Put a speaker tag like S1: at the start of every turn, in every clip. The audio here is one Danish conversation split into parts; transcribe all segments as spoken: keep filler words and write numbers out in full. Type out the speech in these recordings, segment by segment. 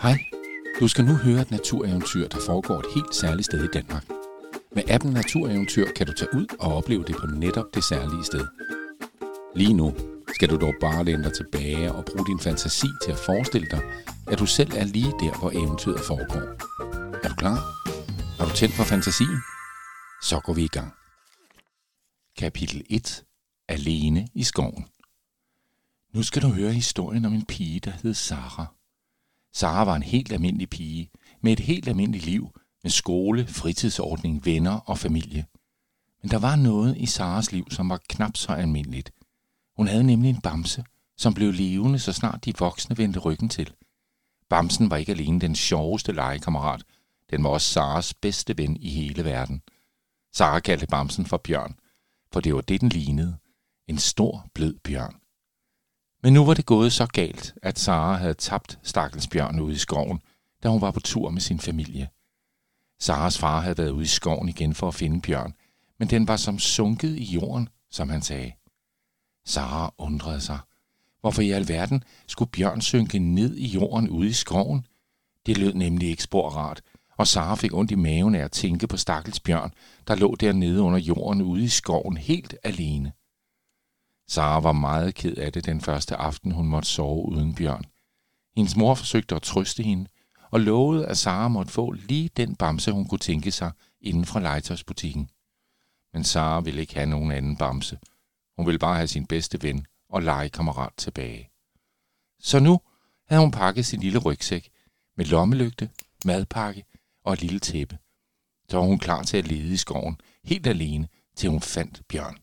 S1: Hej, du skal nu høre et natureventyr, der foregår et helt særligt sted i Danmark. Med appen Natureventyr kan du tage ud og opleve det på netop det særlige sted. Lige nu skal du dog bare læne dig tilbage og bruge din fantasi til at forestille dig, at du selv er lige der, hvor eventyret foregår. Er du klar? Har du tændt for fantasien? Så går vi i gang. Kapitel et. Alene i skoven. Nu skal du høre historien om en pige, der hed Sara. Sara var en helt almindelig pige med et helt almindeligt liv med skole, fritidsordning, venner og familie. Men der var noget i Saras liv, som var knap så almindeligt. Hun havde nemlig en bamse, som blev levende, så snart de voksne vendte ryggen til. Bamsen var ikke alene den sjoveste legekammerat, den var også Saras bedste ven i hele verden. Sara kaldte bamsen for Bjørn, for det var det, den lignede. En stor, blød bjørn. Men nu var det gået så galt, at Sara havde tabt stakkels Bjørn ude i skoven, da hun var på tur med sin familie. Saras far havde været ude i skoven igen for at finde Bjørn, men den var som sunket i jorden, som han sagde. Sara undrede sig. Hvorfor i alverden skulle Bjørn synke ned i jorden ude i skoven? Det lød nemlig ikke spor rart, og Sara fik ondt i maven af at tænke på stakkels Bjørn, der lå dernede under jorden ude i skoven helt alene. Sara var meget ked af det den første aften, hun måtte sove uden Bjørn. Hendes mor forsøgte at trøste hende, og lovede, at Sara måtte få lige den bamse, hun kunne tænke sig inden fra legetøjsbutikken. Men Sara ville ikke have nogen anden bamse. Hun ville bare have sin bedste ven og legekammerat tilbage. Så nu havde hun pakket sin lille rygsæk med lommelygte, madpakke og et lille tæppe. Så var hun klar til at lede i skoven, helt alene, til hun fandt Bjørn.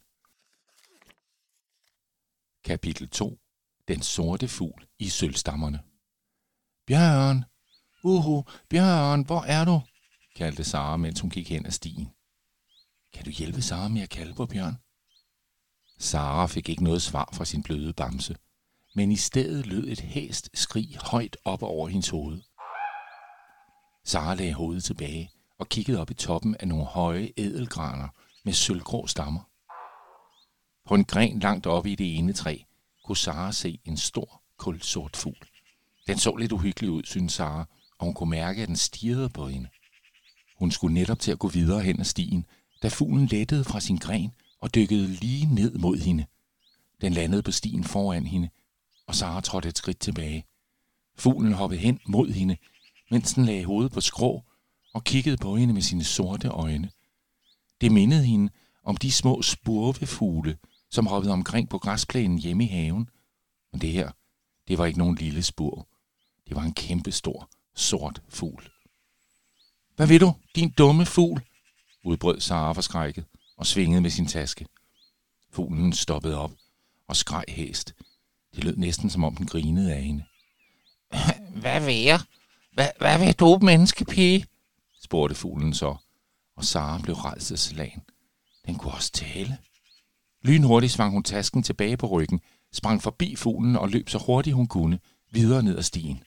S1: Kapitel to. Den sorte fugl i sølvstammerne. Bjørn! Uhu, Bjørn, hvor er du? Kaldte Sara, mens hun gik hen ad stien. Kan du hjælpe Sara med at kalde på Bjørn? Sara fik ikke noget svar fra sin bløde bamse, men i stedet lød et hæst skrig højt op over hendes hoved. Sara lagde hovedet tilbage og kiggede op i toppen af nogle høje ædelgraner med sølvgrå stammer. På en gren langt oppe i det ene træ kunne Sara se en stor, kulsort fugl. Den så lidt uhyggelig ud, syntes Sara, og hun kunne mærke, at den stirrede på hende. Hun skulle netop til at gå videre hen ad stien, da fuglen lettede fra sin gren og dykkede lige ned mod hende. Den landede på stien foran hende, og Sara trådte et skridt tilbage. Fuglen hoppede hen mod hende, mens den lagde hovedet på skrå og kiggede på hende med sine sorte øjne. Det mindede hende om de små spurvefugle, som hoppede omkring på græsplænen hjemme i haven. Men det her, det var ikke nogen lille spurv. Det var en kæmpestor, sort fugl. Hvad vil du, din dumme fugl? Udbrød Sara forskrækket og svingede med sin taske. Fuglen stoppede op og skreg hæst. Det lød næsten, som om den grinede af hende. Hvad vil jeg? Hvad, hvad vil du, menneskepige? Spurgte fuglen så, og Sara blev rædselsslagen. Den kunne også tale. Lynhurtigt svang hun tasken tilbage på ryggen, sprang forbi fuglen og løb så hurtigt hun kunne, videre ned ad stien.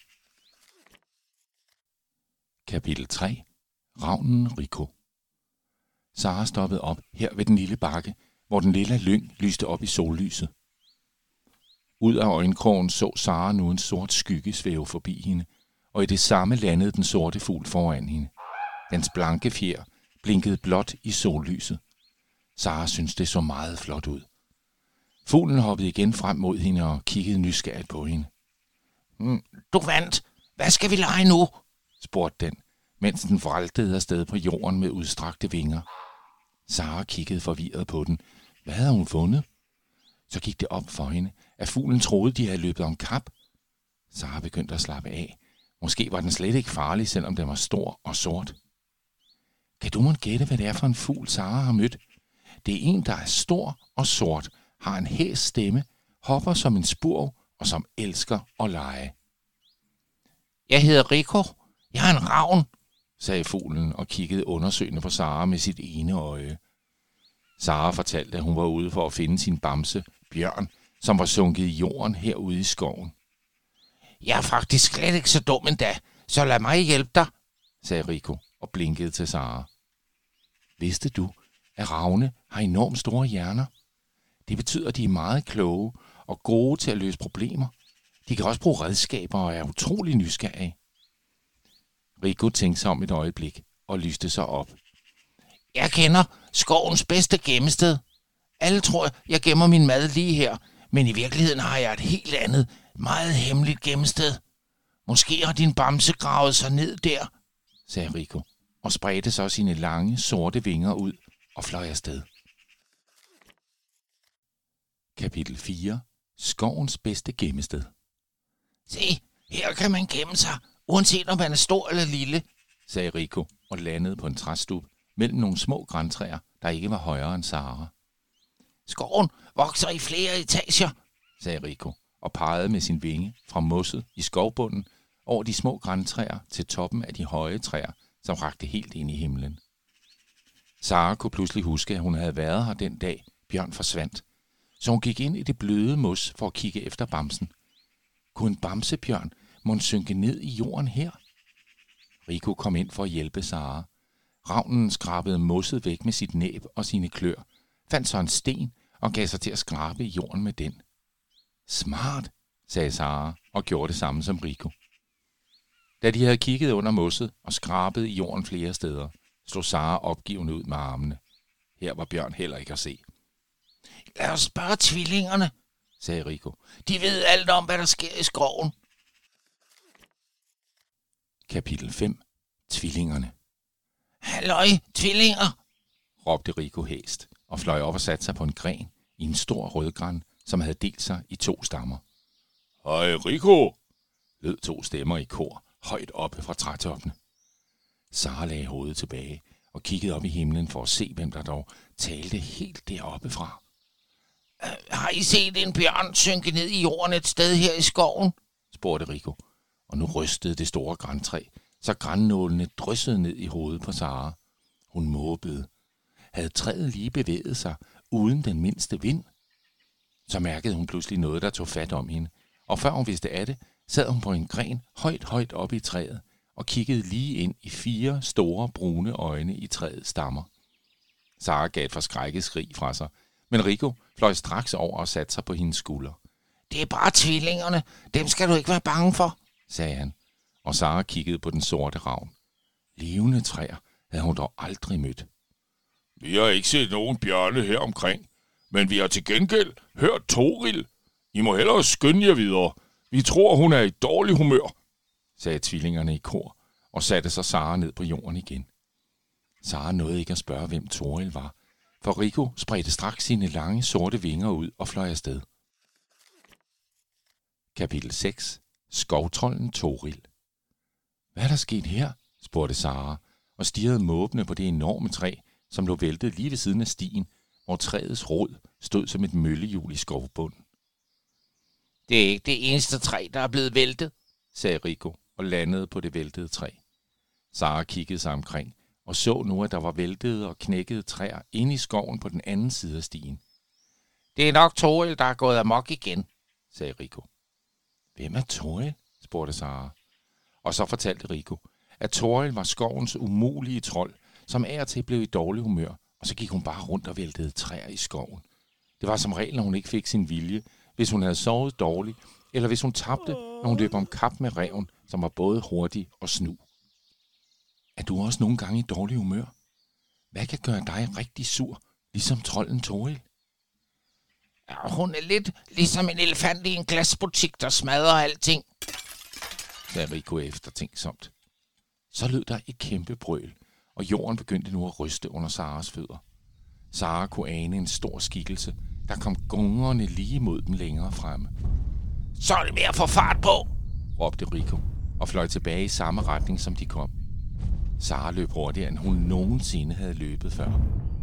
S1: Kapitel tre. Ravnen Rico. Sara stoppede op her ved den lille bakke, hvor den lille lyng lyste op i sollyset. Ud af øjenkrogen så Sara nu en sort skygge svæve forbi hende, og i det samme landede den sorte fugl foran hende. Dens blanke fjer blinkede blåt i sollyset. Sara syntes, det så meget flot ud. Fuglen hoppede igen frem mod hende og kiggede nysgerrigt på hende. Du vandt. Hvad skal vi lege nu? Spurgte den, mens den vraltede afsted på jorden med udstrakte vinger. Sara kiggede forvirret på den. Hvad havde hun fundet? Så gik det op for hende, at fuglen troede, de havde løbet om kap. Sara begyndte at slappe af. Måske var den slet ikke farlig, selvom den var stor og sort. Kan du måske gætte, hvad det er for en fugl, Sara har mødt? Det er en, der er stor og sort, har en hæs stemme, hopper som en spurv og som elsker at lege. Jeg hedder Rico. Jeg er en ravn, sagde fuglen og kiggede undersøgende på Sara med sit ene øje. Sara fortalte, at hun var ude for at finde sin bamse, Bjørn, som var sunket i jorden herude i skoven. Jeg er faktisk slet ikke så dum endda, så lad mig hjælpe dig, sagde Rico og blinkede til Sara. Vidste du, at ravne har enormt store hjerner? Det betyder, at de er meget kloge og gode til at løse problemer. De kan også bruge redskaber og er utrolig nysgerrige. Rico tænkte sig om et øjeblik og lyste sig op.
S2: Jeg kender skovens bedste gemmested. Alle tror, jeg gemmer min mad lige her, men i virkeligheden har jeg et helt andet, meget hemmeligt gemmested. Måske har din bamse gravet sig ned der, sagde Rico, og spredte så sine lange, sorte vinger ud og fløj afsted.
S1: Kapitel fire. Skovens bedste gemmested.
S2: Se, her kan man gemme sig, uanset om man er stor eller lille,
S1: sagde Rico og landede på en træstub mellem nogle små grantræer, der ikke var højere end Sara.
S2: Skoven vokser i flere etager,
S1: sagde Rico og pegede med sin vinge fra mosset i skovbunden over de små grantræer til toppen af de høje træer, som rakte helt ind i himlen. Sara kunne pludselig huske, at hun havde været her den dag, Bjørn forsvandt, så hun gik ind i det bløde mos for at kigge efter bamsen. Kunne en bamsebjørn måtte synke ned i jorden her? Rico kom ind for at hjælpe Sara. Ravnen skrabede mosset væk med sit næb og sine klør, fandt så en sten og gav sig til at skrabe i jorden med den. Smart, sagde Sara og gjorde det samme som Rico. Da de havde kigget under mosset og skrabet i jorden flere steder, slog Sara opgivende ud med armene. Her var Bjørn heller ikke at se.
S2: Lad os spørge tvillingerne, sagde Rico. De ved alt om, hvad der sker i skoven.
S1: Kapitel fem. Tvillingerne.
S2: Halløj, tvillinger,
S1: råbte Rico hæst og fløj op og satte sig på en gren i en stor rødgran, som havde delt sig i to stammer.
S3: Hej Rico,
S1: lød to stemmer i kor højt oppe fra trætoppene. Sara lagde hovedet tilbage og kiggede op i himlen for at se, hvem der dog talte helt deroppe fra.
S2: Har I set en bjørn synke ned i jorden et sted her i skoven?
S1: Spurgte Rico, og nu rystede det store grantræ, så grannålene dryssede ned i hovedet på Sara. Hun måbede. Havde træet lige bevæget sig uden den mindste vind? Så mærkede hun pludselig noget, der tog fat om hende, og før hun vidste af det, sad hun på en gren højt, højt oppe i træet og kiggede lige ind i fire store brune øjne i træets stammer. Sara gav et forskrækket skrig fra sig, men Rico fløj straks over og satte sig på hendes skulder.
S2: Det er bare tvillingerne. Dem skal du ikke være bange for,
S1: sagde han, og Sara kiggede på den sorte ravn. Levende træer havde hun dog aldrig mødt.
S3: Vi har ikke set nogen bjørne her omkring, men vi har til gengæld hørt Toril. I må hellere skynde jer videre. Vi tror, hun er i dårlig humør,
S1: sagde tvillingerne i kor og satte så Sara ned på jorden igen. Sara nåede ikke at spørge, hvem Toril var, for Rico spredte straks sine lange sorte vinger ud og fløj afsted. Kapitel seks. Skovtrolden Toril. Hvad er der sket her? Spurgte Sara og stirrede måbende på det enorme træ, som lå væltet lige ved siden af stien, hvor træets rod stod som et møllehjul i skovbunden.
S2: Det er ikke det eneste træ, der er blevet væltet,
S1: sagde Rico og landede på det væltede træ. Sara kiggede sig omkring og så nu, at der var væltede og knækkede træer inde i skoven på den anden side af stien.
S2: Det er nok Toril, der er gået amok igen,
S1: sagde Rico. Hvem er Toril? Spurgte Sara. Og så fortalte Rico, at Toril var skovens umulige trold, som af og til blev i dårlig humør, og så gik hun bare rundt og væltede træer i skoven. Det var som regel, når hun ikke fik sin vilje, hvis hun havde sovet dårligt, eller hvis hun tabte, når hun løb om kap med ræven, som var både hurtig og snu. Er du også nogle gange i dårlig humør? Hvad kan gøre dig rigtig sur, ligesom trolden Toril?
S2: Ja, hun er lidt ligesom en elefant i en glasbutik, der smadrer alting,
S1: sagde Rico eftertænksomt. Så lød der et kæmpe brøl, og jorden begyndte nu at ryste under Saras fødder. Sara kunne ane en stor skikkelse, der kom gungerne lige mod dem længere fremme.
S2: Så er det med at få fart på,
S1: råbte Rico og fløj tilbage i samme retning, som de kom. Sara løb hurtigere, end hun nogensinde havde løbet før.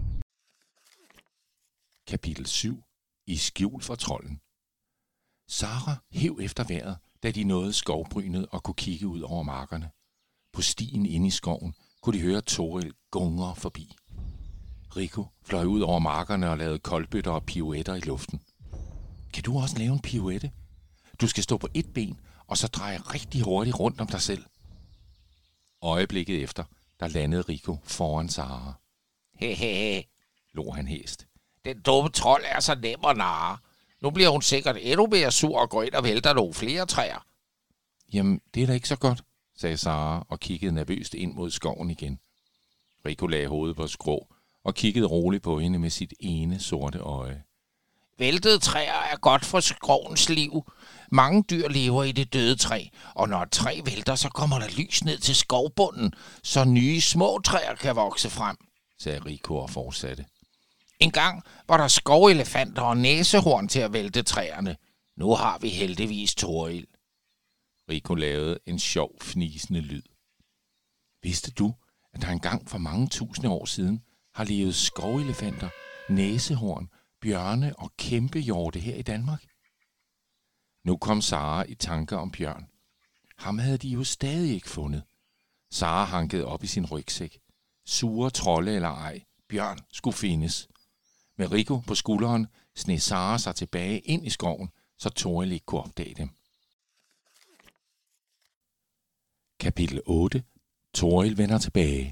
S1: Kapitel syv. I skjul for trolden. Sara hev efter vejret, da de nåede skovbrynet og kunne kigge ud over markerne. På stien inde i skoven kunne de høre Toril gungre forbi. Rico fløj ud over markerne og lavede koldbøtter og pirouetter i luften. Kan du også lave en pirouette? Du skal stå på et ben og så dreje rigtig hurtigt rundt om dig selv. Øjeblikket efter, der landede Rico foran Sara.
S2: Hehehe,
S1: lå han hæst.
S2: Den dumme trold er så nem at narre. Nu bliver hun sikkert endnu mere sur og går ind og vælter nogle flere træer.
S1: Jamen, det er da ikke så godt, sagde Sara og kiggede nervøst ind mod skoven igen. Rico lagde hovedet på skrå og kiggede roligt på hende med sit ene sorte øje.
S2: Væltede træer er godt for skovens liv. Mange dyr lever i det døde træ, og når et træ vælter, så kommer der lys ned til skovbunden, så nye små træer kan vokse frem, sagde Rico og fortsatte. En gang var der skovelefanter og næsehorn til at vælte træerne. Nu har vi heldigvis Toril.
S1: Rico lavede en sjov, fnisende lyd. Vidste du, at der engang for mange tusinde år siden har levet skovelefanter, næsehorn, bjørne og kæmpehjorte her i Danmark? Nu kom Sara i tanker om Bjørn. Ham havde de jo stadig ikke fundet. Sara hankede op i sin rygsæk. Sure trolde eller ej, Bjørn skulle findes. Med Rico på skulderen sneg Sara sig tilbage ind i skoven, så Toril ikke kunne opdage dem. Kapitel otte. Toril vender tilbage.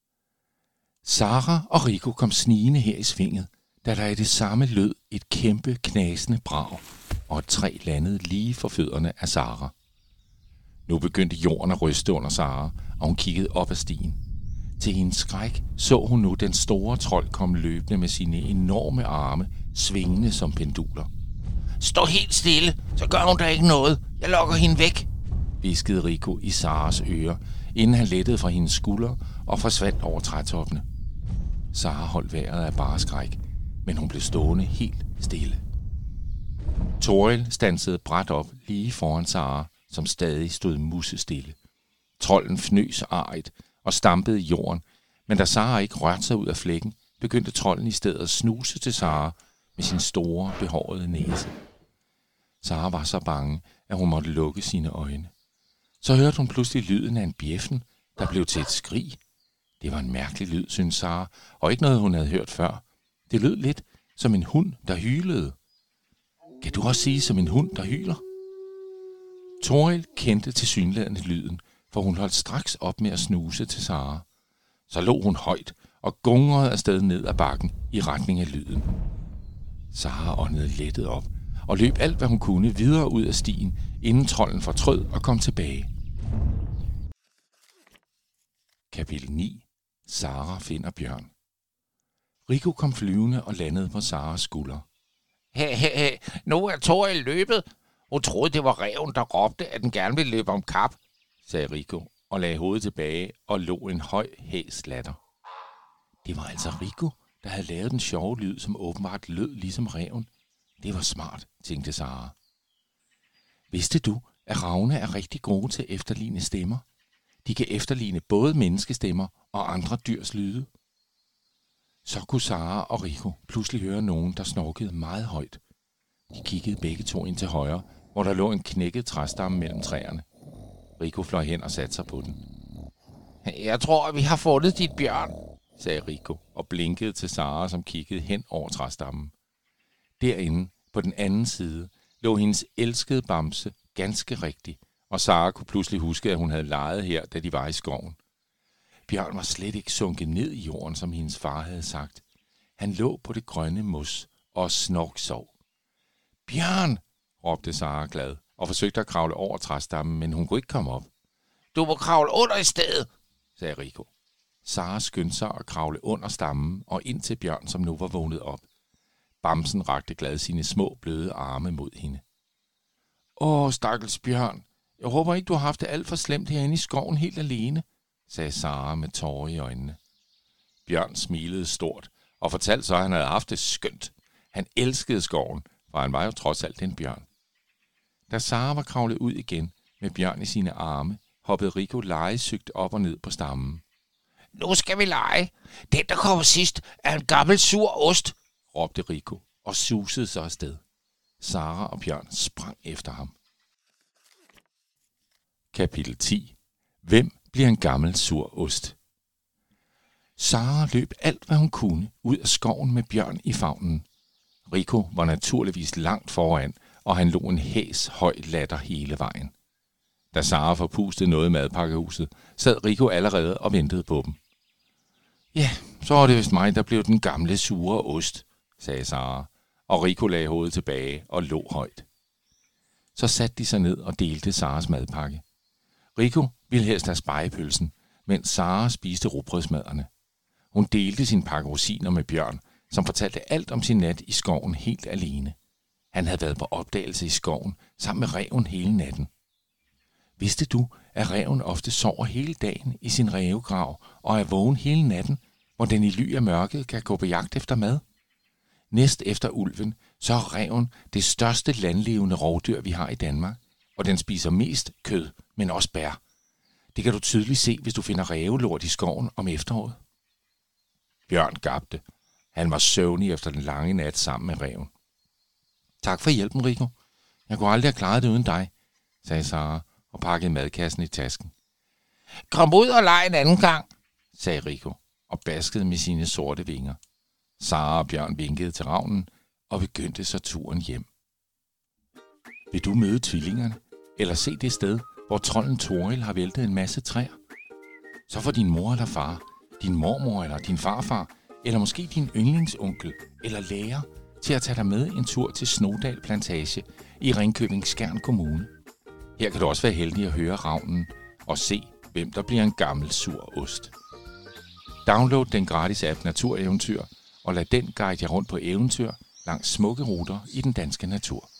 S1: Sara og Rico kom snigende her i svinget, da der i det samme lød et kæmpe knasende brag, og et træ landede lige for fødderne af Sara. Nu begyndte jorden at ryste under Sara, og hun kiggede op ad stien. Til hendes skræk så hun nu den store trold komme løbende med sine enorme arme, svingende som penduler.
S2: Stå helt stille, så gør hun der ikke noget. Jeg lokker hende væk,
S1: hviskede Rico i Saras øre, inden han lettede fra hendes skuldre og forsvandt over trætoppene. Sara holdt vejret af bare skræk, men hun blev stående helt stille. Toril standsede brat op lige foran Sara, som stadig stod musestille. Trolden fnøs arigt og stampede i jorden, men da Sara ikke rørte sig ud af flækken, begyndte trolden i stedet at snuse til Sara med sin store, behårede næse. Sara var så bange, at hun måtte lukke sine øjne. Så hørte hun pludselig lyden af en bjæffen, der blev til et skrig. Det var en mærkelig lyd, syntes Sara, og ikke noget, hun havde hørt før. Det lød lidt som en hund, der hylede. Kan du også sige som en hund, der hyler? Toril kendte tilsyneladende lyden, for hun holdt straks op med at snuse til Sara. Så lå hun højt og gungrede afsted ned ad bakken i retning af lyden. Sara åndede lettet op og løb alt, hvad hun kunne, videre ud af stien, inden trolden fortrød og kom tilbage. Kapitel ni. Sara finder Bjørn. Rico kom flyvende og landede på Saras skulder.
S2: He, he, he. Nu er Toril løbet. Hun troede, det var ræven, der råbte, at den gerne ville løbe om kap,
S1: sagde Rico og lagde hovedet tilbage og lå en høj, hæs latter. Det var altså Rico, der havde lavet den sjove lyd, som åbenbart lød ligesom ræven. Det var smart, tænkte Sara. Vidste du, at ravne er rigtig gode til at efterligne stemmer? De kan efterligne både menneskestemmer og andre dyrs lyde. Så kunne Sara og Rico pludselig høre nogen, der snorkede meget højt. De kiggede begge to ind til højre, hvor der lå en knækket træstamme mellem træerne. Rico fløj hen og satte sig på den.
S2: Jeg tror, at vi har fundet dit bjørn,
S1: sagde Rico og blinkede til Sara, som kiggede hen over træstammen. Derinde, på den anden side, lå hendes elskede bamse ganske rigtigt, og Sara kunne pludselig huske, at hun havde leget her, da de var i skoven. Bjørn var slet ikke sunket ned i jorden, som hendes far havde sagt. Han lå på det grønne mos og snorksov. Bjørn, råbte Sara glad og forsøgte at kravle over træstammen, men hun kunne ikke komme op.
S2: Du må kravle under i stedet,
S1: sagde Rico. Sara skyndte sig at kravle under stammen og ind til Bjørn, som nu var vågnet op. Bamsen rakte glad sine små, bløde arme mod hende. Åh, stakkels Bjørn. Jeg håber ikke, du har haft det alt for slemt herinde i skoven helt alene, sagde Sara med tårer i øjnene. Bjørn smilede stort og fortalte så, at han havde haft det skønt. Han elskede skoven, for han var jo trods alt en bjørn. Da Sara var kravlet ud igen med Bjørn i sine arme, hoppede Rico legesygt op og ned på stammen.
S2: Nu skal vi lege. Den, der kommer sidst, er en gammel sur ost,
S1: råbte Rico og susede sig afsted. Sara og Bjørn sprang efter ham. Kapitel ti. Hvem bliver en gammel sur ost? Sara løb alt, hvad hun kunne, ud af skoven med Bjørn i favnen. Rico var naturligvis langt foran, og han lå en hæs høj latter hele vejen. Da Sara forpustede noget i madpakkehuset, sad Rico allerede og ventede på dem. Ja, så var det vist mig, der blev den gamle sure ost, sagde Sara, og Rico lagde hovedet tilbage og lå højt. Så satte de sig ned og delte Saras madpakke. Rico ville helst have spegepølsen, mens Sara spiste rugbrødsmaderne. Hun delte sin pakke rosiner med Bjørn, som fortalte alt om sin nat i skoven helt alene. Han havde været på opdagelse i skoven sammen med ræven hele natten. Vidste du, at ræven ofte sover hele dagen i sin rævegrav og er vågen hele natten, hvor den i ly af mørket kan gå på jagt efter mad? Næst efter ulven, så er ræven det største landlevende rovdyr, vi har i Danmark, og den spiser mest kød, men også bær. Det kan du tydeligt se, hvis du finder rævelort i skoven om efteråret. Bjørn gabte. Han var søvnig efter den lange nat sammen med ræven. Tak for hjælpen, Rico. Jeg kunne aldrig have klaret det uden dig, sagde Sara og pakkede madkassen i tasken.
S2: Kom ud og leg en anden gang,
S1: sagde Rico og baskede med sine sorte vinger. Sara og Bjørn vinkede til ravnen og begyndte så turen hjem. Vil du møde tvillingerne eller se det sted, hvor trolden Toril har væltet en masse træer? Så får din mor eller far, din mormor eller din farfar, eller måske din yndlingsonkel eller lærer til at tage dig med en tur til Snodal Plantage i Ringkøbing-Skjern Kommune. Her kan du også være heldig at høre ravnen og se, hvem der bliver en gammel sur ost. Download den gratis app Natureventyr og lad den guide jer rundt på eventyr langs smukke ruter i den danske natur.